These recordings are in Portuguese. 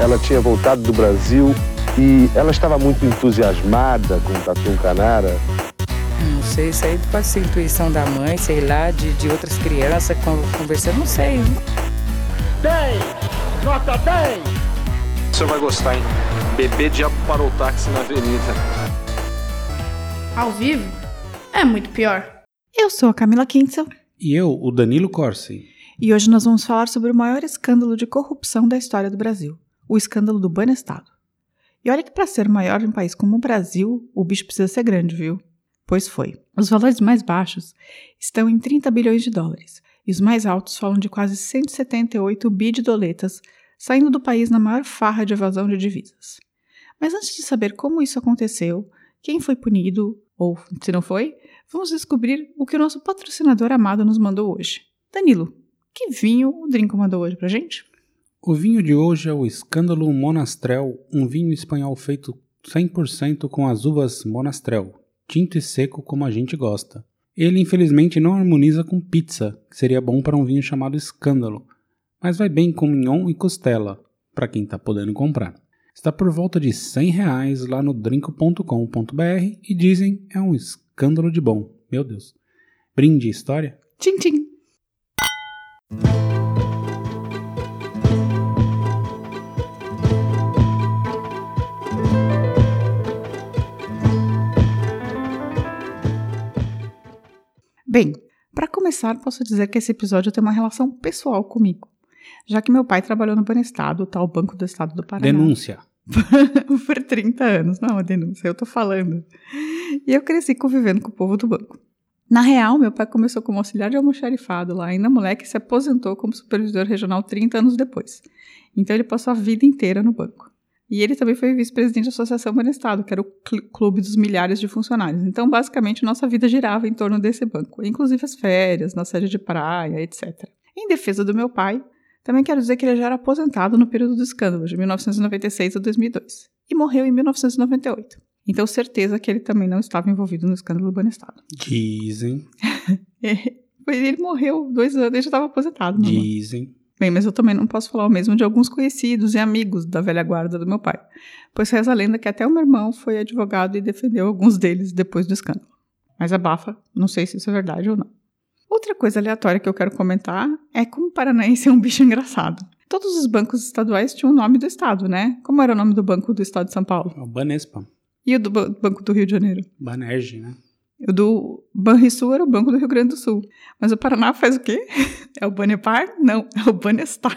ela tinha voltado do Brasil e ela estava muito entusiasmada com o Tatu Canara. Não sei, isso aí pode ser intuição da mãe, sei lá, de outras crianças conversando, não sei. 10! Nota 10! O senhor vai gostar, hein? Bebê diabo parou o táxi na avenida. Ao vivo? É muito pior. Eu sou a Camila Kintzel. E eu, o Danilo Corsi. E hoje nós vamos falar sobre o maior escândalo de corrupção da história do Brasil, o escândalo do Banestado. E olha que para ser maior em um país como o Brasil, o bicho precisa ser grande, viu? Pois foi. Os valores mais baixos estão em 30 bilhões de dólares, e os mais altos falam de quase 178 bi de doletas saindo do país na maior farra de evasão de divisas. Mas antes de saber como isso aconteceu, quem foi punido, ou se não foi, vamos descobrir o que o nosso patrocinador amado nos mandou hoje. Danilo, que vinho o Drinco mandou hoje pra gente? O vinho de hoje é o Escândalo Monastrell, um vinho espanhol feito 100% com as uvas Monastrell, tinto e seco como a gente gosta. Ele infelizmente não harmoniza com pizza, que seria bom para um vinho chamado Escândalo, mas vai bem com mignon e costela, para quem tá podendo comprar. Está por volta de R$100 lá no drinco.com.br e dizem é um escândalo de bom. Meu Deus. Brinde história? Tchim, tchim. Bem, para começar, posso dizer que esse episódio tem uma relação pessoal comigo, já que meu pai trabalhou no Banestado, o tal Banco do Estado do Paraná. Denúncia. Por 30 anos. Não, a denúncia, eu tô falando. E eu cresci convivendo com o povo do banco. Na real, meu pai começou como auxiliar de almoxarifado lá, ainda moleque, e se aposentou como supervisor regional 30 anos depois. Então ele passou a vida inteira no banco. E ele também foi vice-presidente da Associação Banestado, que era o clube dos milhares de funcionários. Então, basicamente, nossa vida girava em torno desse banco, inclusive as férias, na sede de praia, etc. Em defesa do meu pai, também quero dizer que ele já era aposentado no período do escândalo, de 1996 a 2002, e morreu em 1998. Então, certeza que ele também não estava envolvido no escândalo do Banestado. Dizem. Ele morreu 2 anos, ele já estava aposentado. Dizem. Bem, mas eu também não posso falar o mesmo de alguns conhecidos e amigos da velha guarda do meu pai, pois reza a lenda que até o meu irmão foi advogado e defendeu alguns deles depois do escândalo. Mas abafa, não sei se isso é verdade ou não. Outra coisa aleatória que eu quero comentar é como o paranaense é um bicho engraçado. Todos os bancos estaduais tinham o nome do estado, né? Como era o nome do banco do estado de São Paulo? O Banespa. E o do Banco do Rio de Janeiro? Banerj, né? O do Banrisul era o Banco do Rio Grande do Sul. Mas o Paraná faz o quê? É o Banepar? Não, é o Banestado.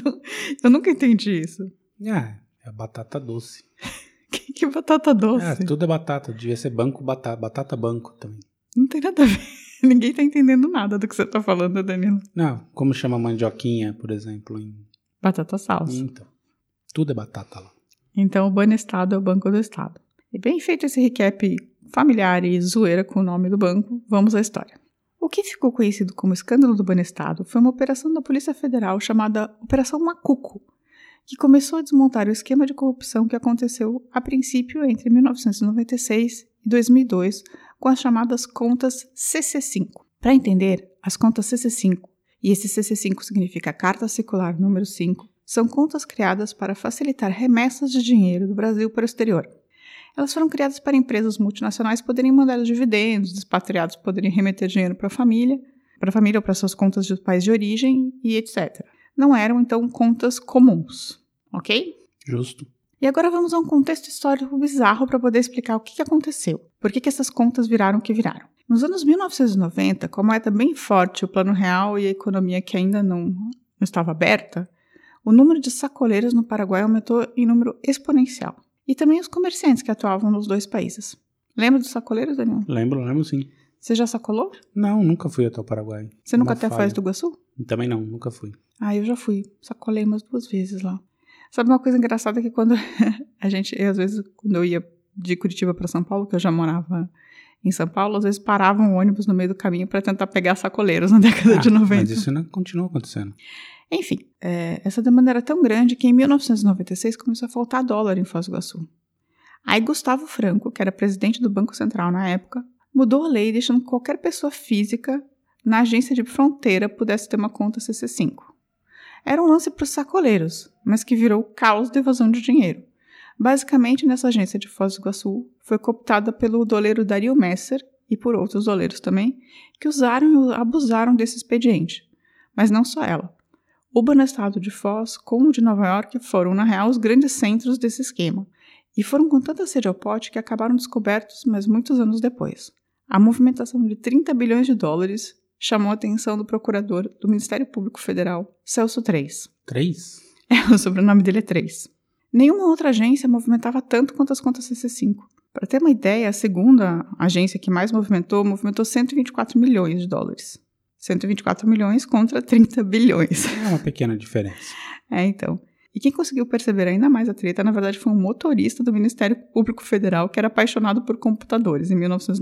Eu nunca entendi isso. É batata doce. Que batata doce? Tudo é batata. Devia ser banco, batata banco também. Não tem nada a ver. Ninguém tá entendendo nada do que você tá falando, Danilo. Não, como chama mandioquinha, por exemplo, em... Batata salsa. Então, tudo é batata lá. Então o Banestado é o Banco do Estado. E bem feito esse recap familiar e zoeira com o nome do banco, vamos à história. O que ficou conhecido como escândalo do Banestado foi uma operação da Polícia Federal chamada Operação Macuco, que começou a desmontar o esquema de corrupção que aconteceu a princípio entre 1996 e 2002 com as chamadas contas CC5. Para entender, as contas CC5, e esse CC5 significa Carta Circular número 5, são contas criadas para facilitar remessas de dinheiro do Brasil para o exterior. Elas foram criadas para empresas multinacionais poderem mandar os dividendos, expatriados poderem remeter dinheiro para a família ou para suas contas de país de origem e etc. Não eram, então, contas comuns, ok? Justo. E agora vamos a um contexto histórico bizarro para poder explicar o que aconteceu. Por que essas contas viraram o que viraram? Nos anos 1990, com a moeda bem forte, o plano real e a economia que ainda não estava aberta, o número de sacoleiros no Paraguai aumentou em número exponencial. E também os comerciantes que atuavam nos dois países. Lembra dos sacoleiros, Daniel? Lembro sim. Você já sacolou? Não, nunca fui até o Paraguai. Você nunca até foi do Iguaçu? Também não, nunca fui. Eu já fui. Sacolei umas 2 vezes lá. Sabe uma coisa engraçada que quando às vezes, quando eu ia de Curitiba para São Paulo, que eu já morava em São Paulo, às vezes parava um ônibus no meio do caminho para tentar pegar sacoleiros na década de 90. Mas isso ainda continua acontecendo. Enfim, essa demanda era tão grande que em 1996 começou a faltar dólar em Foz do Iguaçu. Aí Gustavo Franco, que era presidente do Banco Central na época, mudou a lei deixando que qualquer pessoa física na agência de fronteira pudesse ter uma conta CC5. Era um lance para os sacoleiros, mas que virou caos de evasão de dinheiro. Basicamente, nessa agência de Foz do Iguaçu, foi cooptada pelo doleiro Dario Messer e por outros doleiros também, que usaram e abusaram desse expediente. Mas não só ela. O Banestado de Foz, como o de Nova York, foram, na real, os grandes centros desse esquema. E foram com tanta sede ao pote que acabaram descobertos, mas muitos anos depois. A movimentação de 30 bilhões de dólares chamou a atenção do procurador do Ministério Público Federal, Celso 3. 3? O sobrenome dele é 3. Nenhuma outra agência movimentava tanto quanto as contas CC5. Para ter uma ideia, a segunda agência que mais movimentou 124 milhões de dólares. 124 milhões contra 30 bilhões. É uma pequena diferença. Então. E quem conseguiu perceber ainda mais a treta, na verdade, foi um motorista do Ministério Público Federal que era apaixonado por computadores em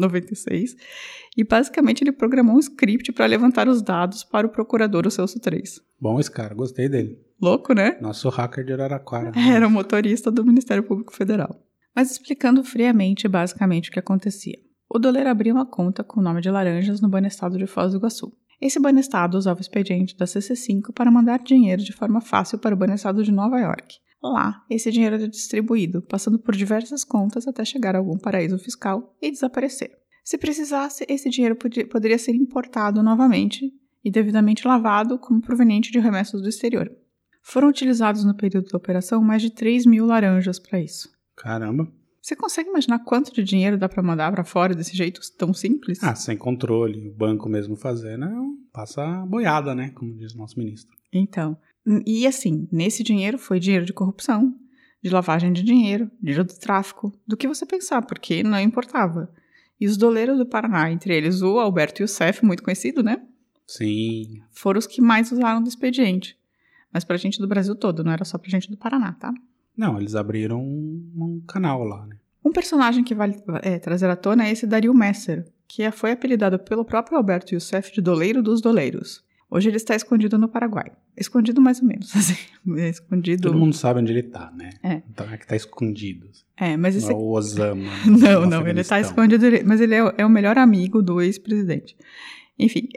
1996 e basicamente ele programou um script para levantar os dados para o procurador, o Celso 3. Bom esse cara, gostei dele. Louco, né? Nosso hacker de Araraquara. Era o motorista do Ministério Público Federal. Mas explicando friamente e basicamente o que acontecia. O doleiro abria uma conta com o nome de Laranjas no Banestado de Foz do Iguaçu. Esse Banestado usava o expediente da CC5 para mandar dinheiro de forma fácil para o Banestado de Nova York. Lá, esse dinheiro era distribuído, passando por diversas contas até chegar a algum paraíso fiscal e desaparecer. Se precisasse, esse dinheiro poderia ser importado novamente e devidamente lavado como proveniente de remessas do exterior. Foram utilizados no período da operação mais de 3 mil laranjas para isso. Caramba. Você consegue imaginar quanto de dinheiro dá para mandar para fora desse jeito tão simples? Sem controle, o banco mesmo fazendo, passa boiada, né? Como diz o nosso ministro. Então, e assim, nesse dinheiro foi dinheiro de corrupção, de lavagem de dinheiro do tráfico, do que você pensar, porque não importava. E os doleiros do Paraná, entre eles o Alberto Youssef, muito conhecido, né? Sim. Foram os que mais usaram do expediente. Mas pra gente do Brasil todo, não era só pra gente do Paraná, tá? Não, eles abriram um canal lá, né? Um personagem que vale trazer à tona é esse Dario Messer, que foi apelidado pelo próprio Alberto Youssef de Doleiro dos Doleiros. Hoje ele está escondido no Paraguai. Escondido mais ou menos, assim. Escondido... Todo mundo sabe onde ele tá, né? Então é que tá escondido. Mas esse... O Osama. Não, ele tá escondido, mas ele é o melhor amigo do ex-presidente. Enfim,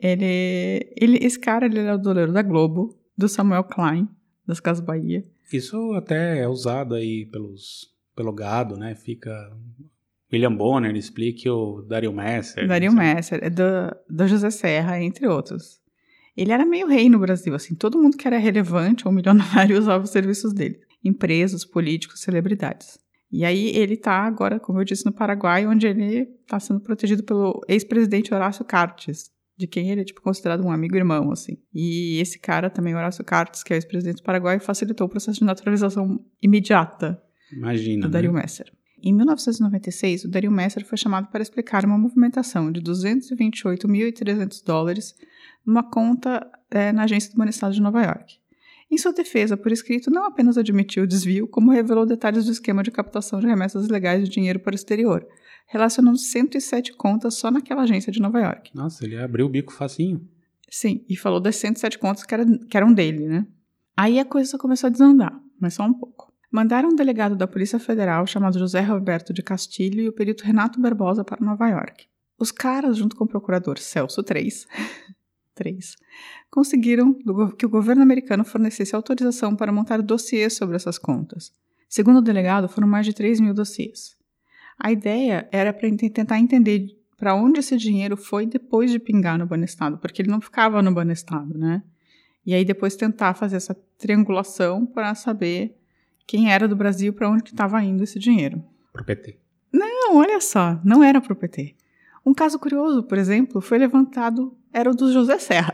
esse cara ele é o doleiro da Globo, do Samuel Klein, das Casas Bahia. Isso até é usado aí pelo gado, né? Fica... William Bonner explica o Dario Messer. Dario Messer, é do José Serra, entre outros. Ele era meio rei no Brasil, assim. Todo mundo que era relevante ou milionário usava os serviços dele. Empresas, políticos, celebridades. E aí ele tá agora, como eu disse, no Paraguai, onde ele tá sendo protegido pelo ex-presidente Horácio Cartes, de quem ele é considerado um amigo-irmão, assim. E esse cara também, Horácio Cartes, que é o ex-presidente do Paraguai, facilitou o processo de naturalização imediata do Dario Messer. Em 1996, o Dario Messer foi chamado para explicar uma movimentação de $228.300 numa conta na agência do Banestado de Nova York. Em sua defesa, por escrito, não apenas admitiu o desvio, como revelou detalhes do esquema de captação de remessas ilegais de dinheiro para o exterior, relacionando 107 contas só naquela agência de Nova York. Nossa, ele abriu o bico facinho. Sim, e falou das 107 contas que eram dele, né? Aí a coisa começou a desandar, mas só um pouco. Mandaram um delegado da Polícia Federal chamado José Roberto de Castilho e o perito Renato Barbosa para Nova York. Os caras, junto com o procurador Celso 3, conseguiram que o governo americano fornecesse autorização para montar dossiês sobre essas contas. Segundo o delegado, foram mais de 3 mil dossiês. A ideia era para tentar entender para onde esse dinheiro foi depois de pingar no Banestado, porque ele não ficava no Banestado, né? E aí depois tentar fazer essa triangulação para saber quem era do Brasil, para onde estava indo esse dinheiro. Pro PT. Não, olha só, não era pro PT. Um caso curioso, por exemplo, foi levantado, era o do José Serra.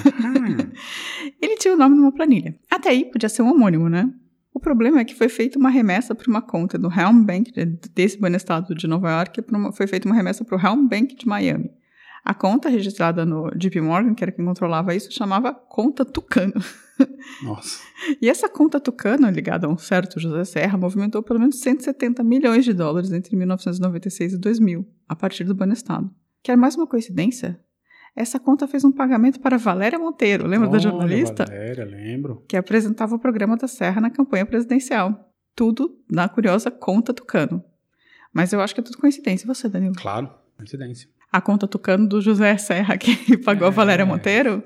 Ele tinha o nome numa planilha. Até aí podia ser um homônimo, né? O problema é que foi feita uma remessa para uma conta do Helm Bank, desse Banestado de Nova York, foi feita uma remessa para o Helm Bank de Miami. A conta registrada no JP Morgan, que era quem controlava isso, chamava Conta Tucano. Nossa. E essa conta Tucano, ligada a um certo José Serra, movimentou pelo menos $170 milhões entre 1996 e 2000, a partir do Banestado. Quer mais uma coincidência? Essa conta fez um pagamento para Valéria Monteiro, lembra da jornalista? Valéria, lembro. Que apresentava o programa da Serra na campanha presidencial. Tudo na curiosa Conta Tucano. Mas eu acho que é tudo coincidência. E você, Danilo? Claro, coincidência. A conta Tucano do José Serra que pagou a Valéria Monteiro?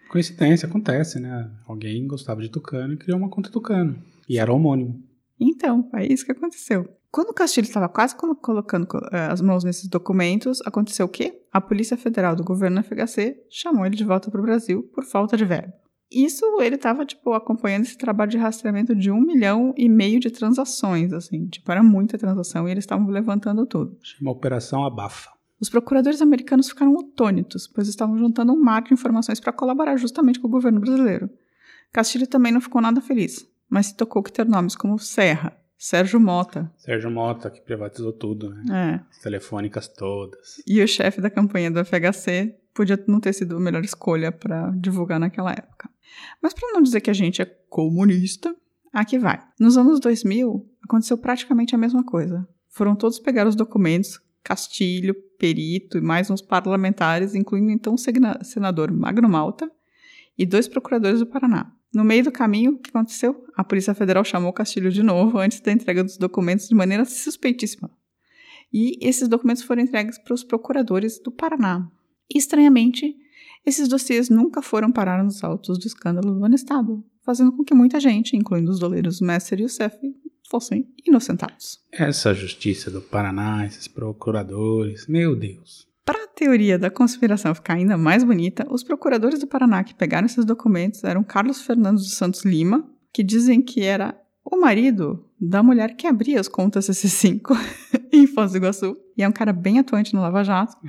Coincidência, acontece, né? Alguém gostava de Tucano e criou uma conta Tucano. E era homônimo. Então, é isso que aconteceu. Quando o Castilho estava quase colocando as mãos nesses documentos, aconteceu o quê? A Polícia Federal do governo FHC chamou ele de volta para o Brasil por falta de verba. Isso, ele estava, acompanhando esse trabalho de rastreamento de 1,5 milhão de transações, assim. Era muita transação e eles estavam levantando tudo. Chama Operação Abafa. Os procuradores americanos ficaram atônitos, pois estavam juntando um mar de informações para colaborar justamente com o governo brasileiro. Castilho também não ficou nada feliz, mas se tocou que ter nomes como Sérgio Mota. Sérgio Mota, que privatizou tudo, né? As telefônicas todas. E o chefe da campanha do FHC podia não ter sido a melhor escolha para divulgar naquela época. Mas para não dizer que a gente é comunista, aqui vai. Nos anos 2000, aconteceu praticamente a mesma coisa. Foram todos pegar os documentos, Castilho, perito e mais uns parlamentares, incluindo então o senador Magno Malta e 2 procuradores do Paraná. No meio do caminho, o que aconteceu? A Polícia Federal chamou Castilho de novo antes da entrega dos documentos de maneira suspeitíssima. E esses documentos foram entregues para os procuradores do Paraná. E, estranhamente, esses dossiês nunca foram parar nos autos do escândalo do Banestado, fazendo com que muita gente, incluindo os doleiros Messer e Youssef, fossem inocentados. Essa justiça do Paraná, esses procuradores, meu Deus. Para a teoria da conspiração ficar ainda mais bonita, os procuradores do Paraná que pegaram esses documentos eram Carlos Fernando dos Santos Lima, que dizem que era o marido da mulher que abria as contas CC5 em Foz do Iguaçu, e é um cara bem atuante no Lava Jato,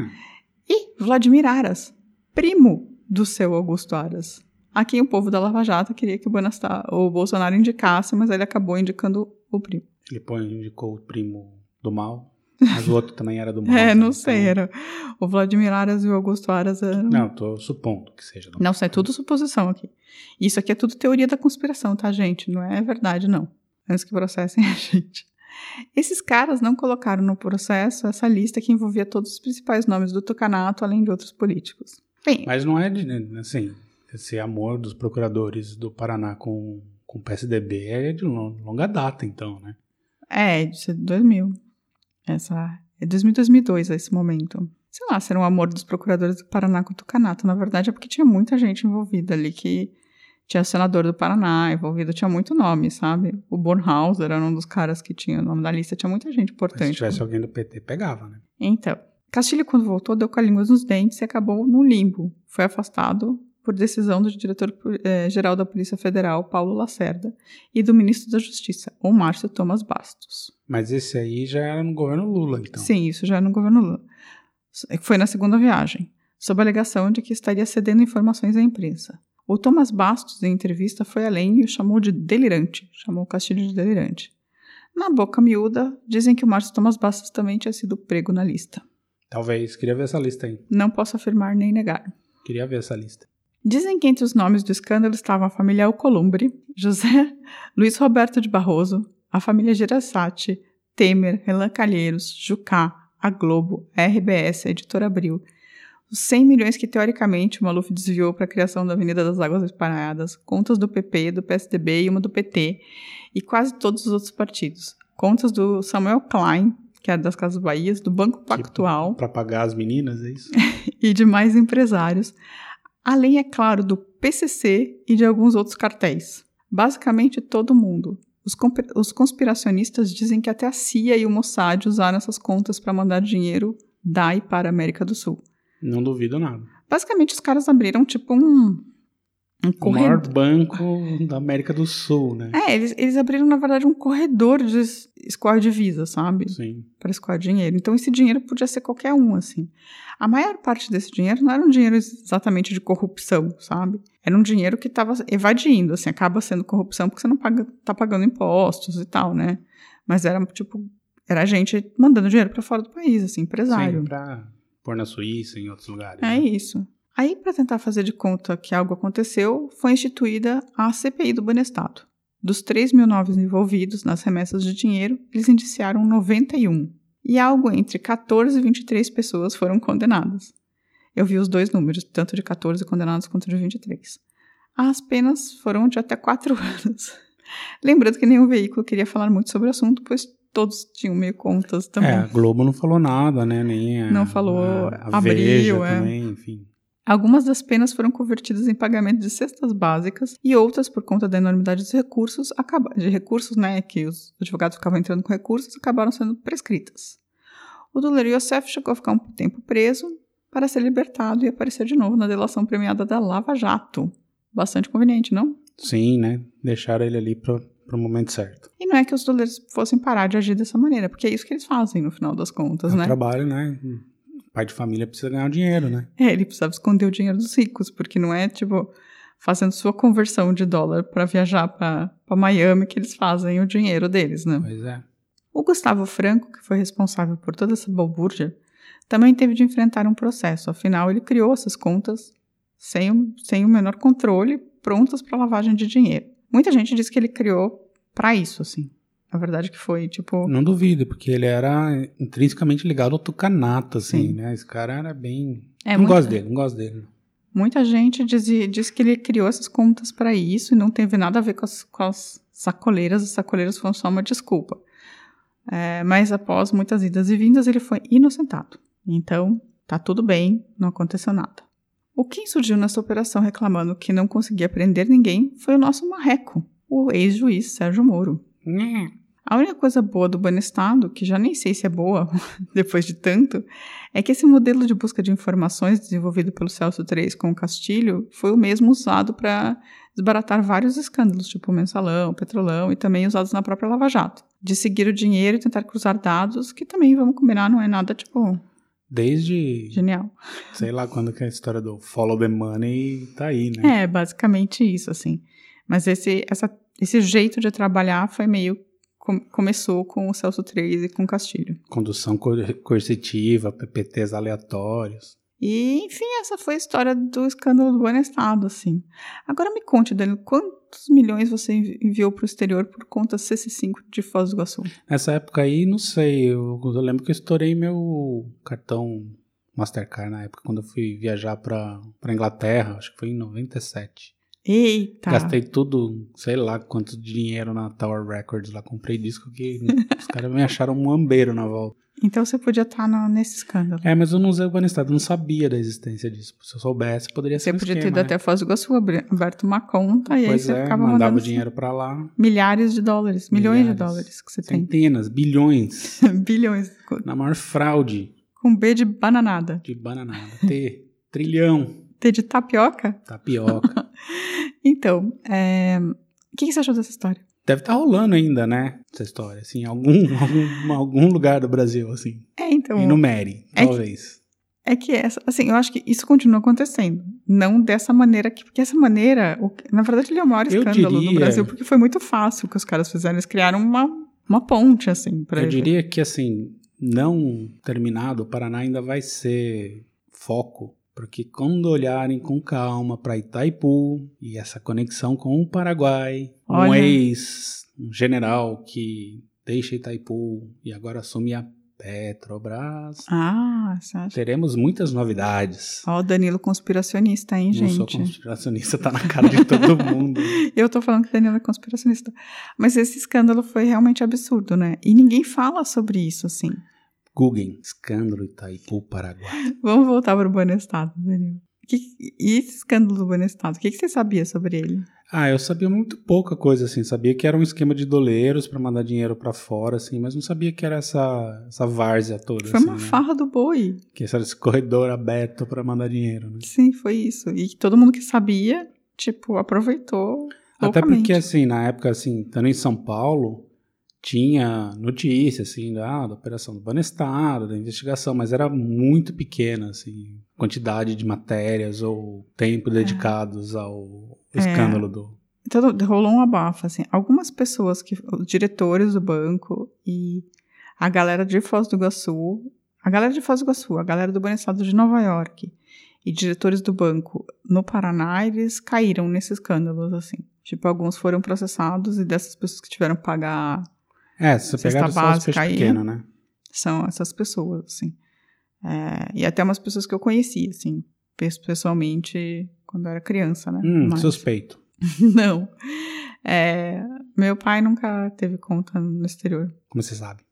e Vladimir Aras, primo do seu Augusto Aras, a quem o povo da Lava Jato queria que o Bolsonaro indicasse, mas ele acabou indicando o primo. Ele indicou o primo do mal, mas o outro também era do mal. Não sei, era o Vladimir Aras e o Augusto Aras. Não, tô supondo que seja do mal. Não, isso é tudo suposição aqui. Isso aqui é tudo teoria da conspiração, tá, gente? Não é verdade, não. Antes que processem a gente. Esses caras não colocaram no processo essa lista que envolvia todos os principais nomes do tucanato, além de outros políticos. Bem, mas não é, assim, esse amor dos procuradores do Paraná com o PSDB é de longa data, então, né? É de 2000. É 2002, esse momento. Sei lá, se era um amor dos procuradores do Paraná com o tucanato. Na verdade, é porque tinha muita gente envolvida ali, que tinha senador do Paraná envolvido, tinha muito nome, sabe? O Bornhauser era um dos caras que tinha o nome da lista, tinha muita gente importante. Se tivesse alguém do PT, pegava, né? Então, Castilho, quando voltou, deu com a língua nos dentes e acabou no limbo. Foi afastado por decisão do diretor-geral da Polícia Federal, Paulo Lacerda, e do ministro da Justiça, o Márcio Thomas Bastos. Mas esse aí já era no governo Lula, então? Sim, isso já era no governo Lula. Foi na segunda viagem, sob a alegação de que estaria cedendo informações à imprensa. O Thomas Bastos, em entrevista, foi além e o chamou de delirante, chamou o Castilho de delirante. Na boca miúda, dizem que o Márcio Thomas Bastos também tinha sido prego na lista. Talvez, queria ver essa lista aí. Não posso afirmar nem negar. Queria ver essa lista. Dizem que entre os nomes do escândalo estavam a família Alcolumbre, José Luiz Roberto de Barroso, a família Gereissati, Temer, Relan Calheiros, Jucá, a Globo, a RBS, a Editora Abril, os 100 milhões que teoricamente o Maluf desviou para a criação da Avenida das Águas Esparalhadas, contas do PP, do PSDB e uma do PT, e quase todos os outros partidos. Contas do Samuel Klein, que era das Casas Bahias, do Banco Pactual. Para pagar as meninas, é isso? E de mais empresários. Além, é claro, do PCC e de alguns outros cartéis. Basicamente todo mundo. Os conspiracionistas dizem que até a CIA e o Mossad usaram essas contas para mandar dinheiro da e para a América do Sul. Não duvido nada. Basicamente, os caras abriram tipo um corredor. O maior banco da América do Sul, né? Eles abriram, na verdade, um corredor de escoar divisa, sabe? Sim. Para escoar dinheiro. Então, esse dinheiro podia ser qualquer um, assim. A maior parte desse dinheiro não era um dinheiro exatamente de corrupção, sabe? Era um dinheiro que estava evadindo, assim. Acaba sendo corrupção porque você não tá pagando impostos e tal, né? Mas era, tipo, era gente mandando dinheiro para fora do país, assim, empresário. Sim, pra pôr na Suíça, em outros lugares. É, né? Isso. Aí, para tentar fazer de conta que algo aconteceu, foi instituída a CPI do Banestado. Dos 3 mil nomes envolvidos nas remessas de dinheiro, eles indiciaram 91. E algo entre 14 e 23 pessoas foram condenadas. Eu vi os dois números, tanto de 14 condenados quanto de 23. As penas foram de até 4 anos. Lembrando que nenhum veículo queria falar muito sobre o assunto, pois todos tinham meio contas também. A Globo não falou nada, né? Nem não falou, a Veja também, enfim. Algumas das penas foram convertidas em pagamento de cestas básicas e outras, por conta da enormidade dos recursos, né, que os advogados ficavam entrando com recursos, acabaram sendo prescritas. O Doler Youssef chegou a ficar um tempo preso para ser libertado e aparecer de novo na delação premiada da Lava Jato. Bastante conveniente, não? Sim, né? Deixaram ele ali pro momento certo. E não é que os Dolers fossem parar de agir dessa maneira, porque é isso que eles fazem no final das contas, né? É um trabalho, né? O pai de família precisa ganhar dinheiro, né? Ele precisava esconder o dinheiro dos ricos, porque não é, tipo, fazendo sua conversão de dólar para viajar para Miami que eles fazem o dinheiro deles, né? Pois é. O Gustavo Franco, que foi responsável por toda essa balbúrdia, também teve de enfrentar um processo. Afinal, ele criou essas contas sem o menor controle, prontas para lavagem de dinheiro. Muita gente diz que ele criou para isso, assim. A verdade é que foi, tipo... Não duvido, porque ele era intrinsecamente ligado ao tucanato, assim, Sim. né? Esse cara era bem... Não gosto dele. Muita gente diz que ele criou essas contas para isso e não teve nada a ver com as sacoleiras. As sacoleiras foram só uma desculpa. Mas após muitas idas e vindas, ele foi inocentado. Então, tá tudo bem, não aconteceu nada. O quem surgiu nessa operação reclamando que não conseguia prender ninguém foi o nosso marreco, o ex-juiz Sérgio Moro. A única coisa boa do Banestado, que já nem sei se é boa depois de tanto, é que esse modelo de busca de informações desenvolvido pelo Celso III com o Castilho foi o mesmo usado para desbaratar vários escândalos, tipo o Mensalão, Petrolão, e também usados na própria Lava Jato. De seguir o dinheiro e tentar cruzar dados, que também, vamos combinar, não é nada, tipo... Desde... Genial. Sei lá quando que é a história do follow the money tá aí, né? É, basicamente isso, assim. Mas esse jeito de trabalhar foi meio... Começou com o Celso III e com o Castilho. Condução coercitiva, PPTs aleatórios. E, enfim, essa foi a história do escândalo do Banestado, assim. Agora me conte, Danilo, quantos milhões você enviou para o exterior por conta CC5 de Foz do Iguaçu? Nessa época aí, não sei, eu lembro que eu estourei meu cartão Mastercard na época, quando eu fui viajar para Inglaterra, acho que foi em 97. Eita! Gastei tudo, sei lá quanto dinheiro na Tower Records lá, comprei disco que os caras me acharam um ambeiro na volta. Então você podia estar nesse escândalo. Mas eu não usei o Banestado, eu não sabia da existência disso. Se eu soubesse, poderia ser Você podia esquema, ter ido até Foz do Iguaçu, aberto uma conta e pois aí você ficava mandava mandando dinheiro pra lá. milhares de dólares, milhões de dólares que você Centenas, bilhões. Bilhões. Na maior fraude. Com B de bananada. De bananada. T, trilhão. T de tapioca? Tapioca. Então, o que você achou dessa história? Deve estar rolando ainda, né? Essa história, assim, em algum lugar do Brasil, assim. Então... Enumere, talvez. Assim, eu acho que isso continua acontecendo. Não dessa maneira aqui, porque essa maneira, na verdade, ele é o maior escândalo do Brasil, porque foi muito fácil o que os caras fizeram. Eles criaram uma ponte, assim, pra Eu diria que, assim, não terminado, o Paraná ainda vai ser foco. Porque quando olharem com calma para Itaipu e essa conexão com o Paraguai, um general que deixa Itaipu e agora assume a Petrobras, você acha? teremos muitas novidades. Ó, o Danilo conspiracionista, hein, gente? Não sou conspiracionista, tá na cara de todo mundo. Eu tô falando que o Danilo é conspiracionista. Mas esse escândalo foi realmente absurdo, né? E ninguém fala sobre isso, assim. Google, escândalo Itaipu, Paraguai. Vamos voltar para o Banestado, Danilo. E esse escândalo do Banestado, o que você sabia sobre ele? Eu sabia muito pouca coisa, assim. Sabia que era um esquema de doleiros para mandar dinheiro para fora, assim. Mas não sabia que era essa várzea toda, foi assim, uma farra do boi. Que era esse corredor aberto para mandar dinheiro, né? Sim, foi isso. E todo mundo que sabia, tipo, aproveitou Até loucamente. porque, assim, na época, assim, estando em São Paulo, tinha notícia, assim, da operação do Banestado, da investigação, mas era muito pequena, assim, quantidade de matérias ou tempo dedicados ao escândalo do... Então, rolou um abafo, assim. Algumas pessoas, os diretores do banco e a galera de Foz do Iguaçu, a galera do Banestado de Nova York e diretores do banco no Paraná, eles caíram nesses escândalos, assim. Tipo, alguns foram processados e dessas pessoas que tiveram que pagar... se você pegar só os peixes pequenos, né? São essas pessoas, assim. E até umas pessoas que eu conheci, assim, pessoalmente, quando eu era criança, né? Suspeito. Não. Meu pai nunca teve conta no exterior. Como você sabe?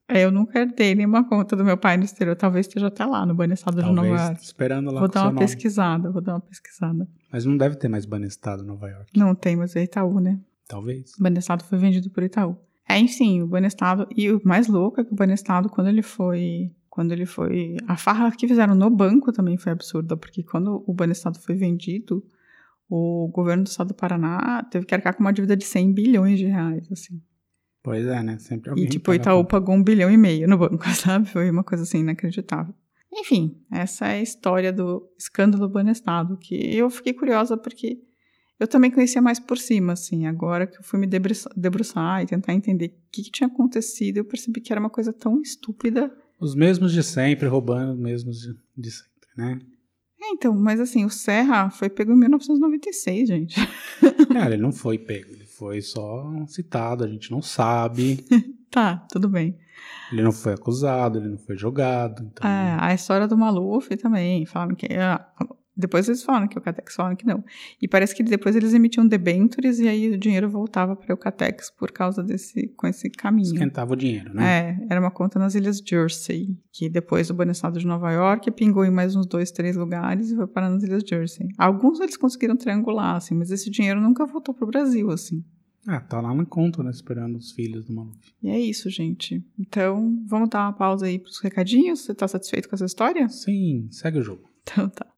Eu nunca herdei nenhuma conta do meu pai no exterior. Talvez esteja até lá, no Banestado de Nova York. Esperando lá Vou com dar seu uma nome. pesquisada. Mas não deve ter mais Banestado em Nova York. Não tem, mas é Itaú, né? Talvez. O Banestado foi vendido por Itaú. Enfim, o Banestado... E o mais louco é que o Banestado, quando ele foi... A farra que fizeram no banco também foi absurda, porque quando o Banestado foi vendido, o governo do estado do Paraná teve que arcar com uma dívida de 100 bilhões de reais, assim. Pois é, né? Sempre alguém E, tipo, o paga Itaú a conta. pagou 1,5 bilhão no banco, sabe? Foi uma coisa, assim, inacreditável. Enfim, essa é a história do escândalo do Banestado, que eu fiquei curiosa porque eu também conhecia mais por cima, assim. Agora que eu fui me debruçar e tentar entender o que tinha acontecido, eu percebi que era uma coisa tão estúpida. Os mesmos de sempre, roubando os mesmos de sempre, né? Então, mas assim, o Serra foi pego em 1996, gente. Cara, ele não foi pego, ele foi só citado, a gente não sabe. Tá, tudo bem. Ele não foi acusado, ele não foi jogado. Então... A história do Maluf também, falaram que... Depois eles falaram que o Catex falaram que não. E parece que depois eles emitiam debêntures e aí o dinheiro voltava para o Catex por causa com esse caminho. Esquentava o dinheiro, né? Era uma conta nas Ilhas Jersey, que depois do Banestado de Nova York pingou em mais uns 2, 3 lugares e foi parar nas Ilhas Jersey. Alguns eles conseguiram triangular, assim, mas esse dinheiro nunca voltou pro Brasil, assim. Tá lá na conta, né? Esperando os filhos do Maluf. E é isso, gente. Então, vamos dar uma pausa aí pros recadinhos? Você tá satisfeito com essa história? Sim, segue o jogo. Então tá.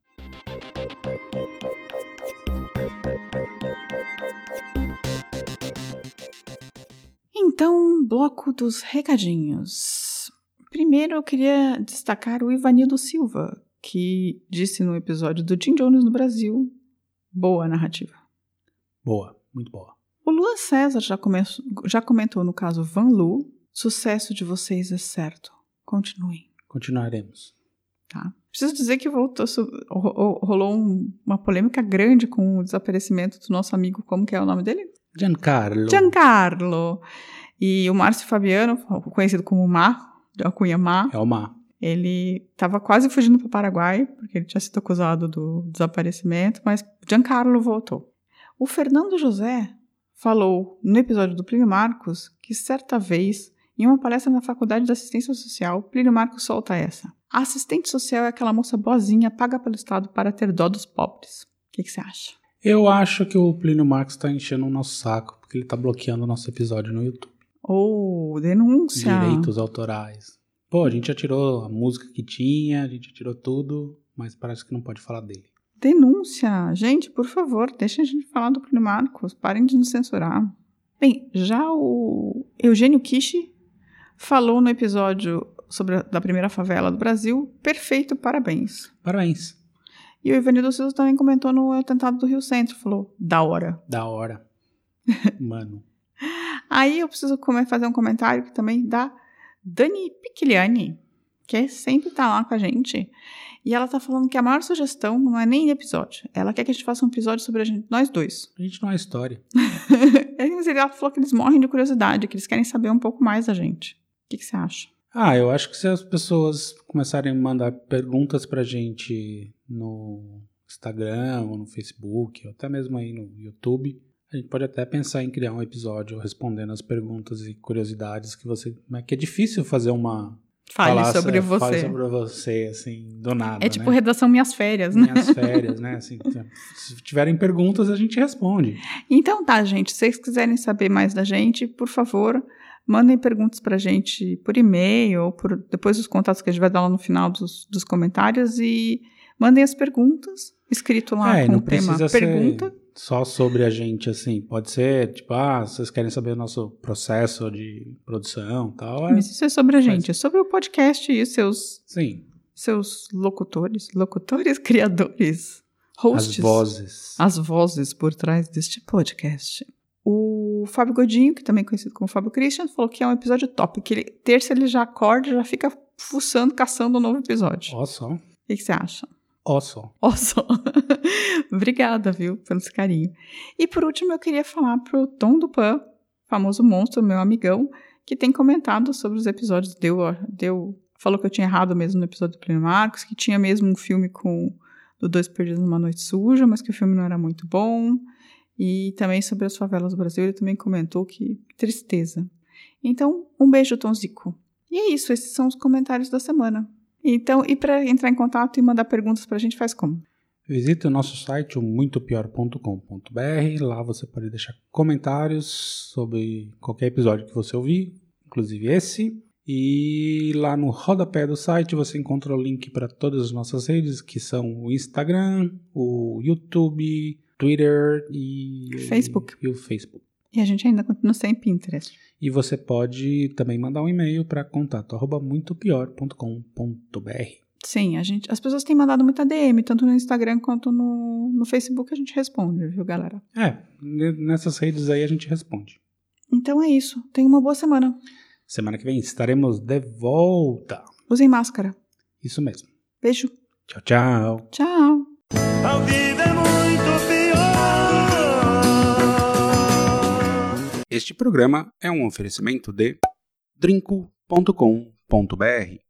Então, bloco dos recadinhos. Primeiro eu queria destacar o Ivanildo Silva, que disse no episódio do Jim Jones no Brasil, boa narrativa. Boa, muito boa. O Luan César já comentou no caso Van Lu, sucesso de vocês é certo. Continuem. Continuaremos. Tá. Preciso dizer que rolou uma polêmica grande com o desaparecimento do nosso amigo, como que é o nome dele? Giancarlo. E o Márcio Fabiano, conhecido como Má, de alcunha Má. É o Má. Ele estava quase fugindo para o Paraguai, porque ele tinha sido acusado do desaparecimento, mas Giancarlo voltou. O Fernando José falou no episódio do Plínio Marcos que certa vez, em uma palestra na Faculdade de Assistência Social, Plínio Marcos solta essa. A assistente social é aquela moça boazinha, paga pelo Estado para ter dó dos pobres. O que você acha? Eu acho que o Plínio Marcos está enchendo o nosso saco, porque ele está bloqueando o nosso episódio no YouTube. Denúncia. Direitos autorais. Pô, a gente já tirou a música que tinha, a gente já tirou tudo, mas parece que não pode falar dele. Denúncia. Gente, por favor, deixem a gente falar do Plínio Marcos. Parem de nos censurar. Bem, já o Eugênio Kishi falou no episódio da primeira favela do Brasil. Perfeito, parabéns. Parabéns. E o Ivanildo Silva também comentou no atentado do Rio Centro. Falou, da hora. Da hora. Mano. Aí eu preciso fazer um comentário que também da Dani Picliani, que sempre tá lá com a gente. E ela tá falando que a maior sugestão não é nem episódio. Ela quer que a gente faça um episódio sobre nós dois. A gente não é história. Ela falou que eles morrem de curiosidade, que eles querem saber um pouco mais da gente. O que você acha? Eu acho que se as pessoas começarem a mandar perguntas pra gente no Instagram ou no Facebook, ou até mesmo aí no YouTube, a gente pode até pensar em criar um episódio respondendo as perguntas e curiosidades que é difícil fazer uma... Fale sobre você, assim, do nada, É tipo né? redação Minhas Férias, né? Minhas férias, né? Assim, se tiverem perguntas, a gente responde. Então tá, gente. Se vocês quiserem saber mais da gente, por favor, mandem perguntas pra gente por e-mail ou depois dos contatos que a gente vai dar lá no final dos comentários e mandem as perguntas escrito lá com o tema pergunta. Só sobre a gente, assim, pode ser, tipo, vocês querem saber o nosso processo de produção e tal. Mas isso é sobre a gente, é sobre o podcast e os seus locutores, criadores, hosts. As vozes por trás deste podcast. O Fábio Godinho, que também é conhecido como Fábio Christian, falou que é um episódio top, que terça ele já acorda e já fica fuçando, caçando um novo episódio. Ó só. O que você acha? Ó só. Obrigada, viu, pelo carinho. E por último, eu queria falar pro Tom Dupan, famoso monstro, meu amigão, que tem comentado sobre os episódios. Falou que eu tinha errado mesmo no episódio do Plínio Marcos, que tinha mesmo um filme do Dois Perdidos numa Noite Suja, mas que o filme não era muito bom. E também sobre as favelas do Brasil, ele também comentou que tristeza. Então, um beijo, Tom Zico. E é isso, esses são os comentários da semana. Então, e para entrar em contato e mandar perguntas pra gente, faz como? Visite o nosso site, o muitopior.com.br. Lá você pode deixar comentários sobre qualquer episódio que você ouvir, inclusive esse. E lá no rodapé do site você encontra o link para todas as nossas redes, que são o Instagram, o YouTube, Twitter e Facebook. E o Facebook. E a gente ainda continua sem Pinterest. E você pode também mandar um e-mail para contato@muitopior.com.br. Sim, as pessoas têm mandado muita DM, tanto no Instagram quanto no Facebook a gente responde, viu, galera? Nessas redes aí a gente responde. Então é isso. Tenha uma boa semana. Semana que vem estaremos de volta. Usem máscara. Isso mesmo. Beijo. Tchau, tchau. Tchau. Ao vivo é muito pior. Este programa é um oferecimento de drinco.com.br.